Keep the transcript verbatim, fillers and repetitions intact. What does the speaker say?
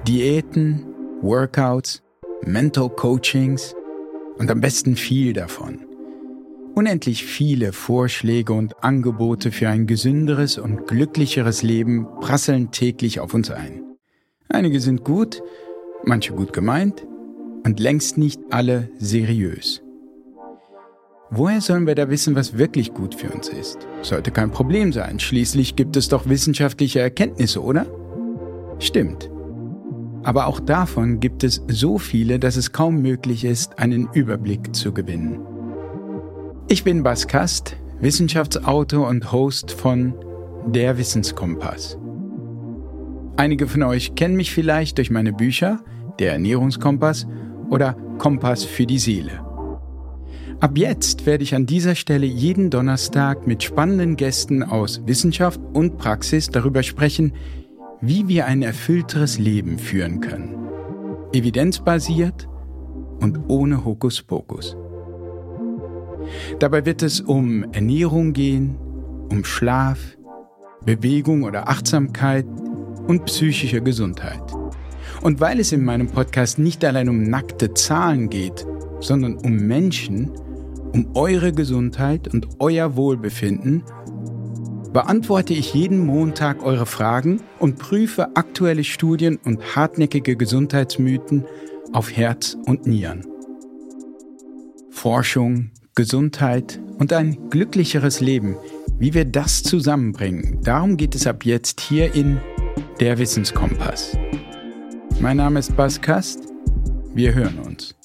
Diäten, Workouts, Mental Coachings und am besten viel davon. Unendlich viele Vorschläge und Angebote für ein gesünderes und glücklicheres Leben prasseln täglich auf uns ein. Einige sind gut, manche gut gemeint und längst nicht alle seriös. Woher sollen wir da wissen, was wirklich gut für uns ist? Sollte kein Problem sein, schließlich gibt es doch wissenschaftliche Erkenntnisse, oder? Stimmt. Aber auch davon gibt es so viele, dass es kaum möglich ist, einen Überblick zu gewinnen. Ich bin Bas Kast, Wissenschaftsautor und Host von Der Wissenskompass. Einige von euch kennen mich vielleicht durch meine Bücher, Der Ernährungskompass oder Kompass für die Seele. Ab jetzt werde ich an dieser Stelle jeden Donnerstag mit spannenden Gästen aus Wissenschaft und Praxis darüber sprechen, wie wir ein erfüllteres Leben führen können. Evidenzbasiert und ohne Hokuspokus. Dabei wird es um Ernährung gehen, um Schlaf, Bewegung oder Achtsamkeit und psychische Gesundheit. Und weil es in meinem Podcast nicht allein um nackte Zahlen geht, sondern um Menschen, um eure Gesundheit und euer Wohlbefinden, beantworte ich jeden Montag eure Fragen und prüfe aktuelle Studien und hartnäckige Gesundheitsmythen auf Herz und Nieren. Forschung, Gesundheit und ein glücklicheres Leben. Wie wir das zusammenbringen, darum geht es ab jetzt hier in Der Wissenskompass. Mein Name ist Bas Kast. Wir hören uns.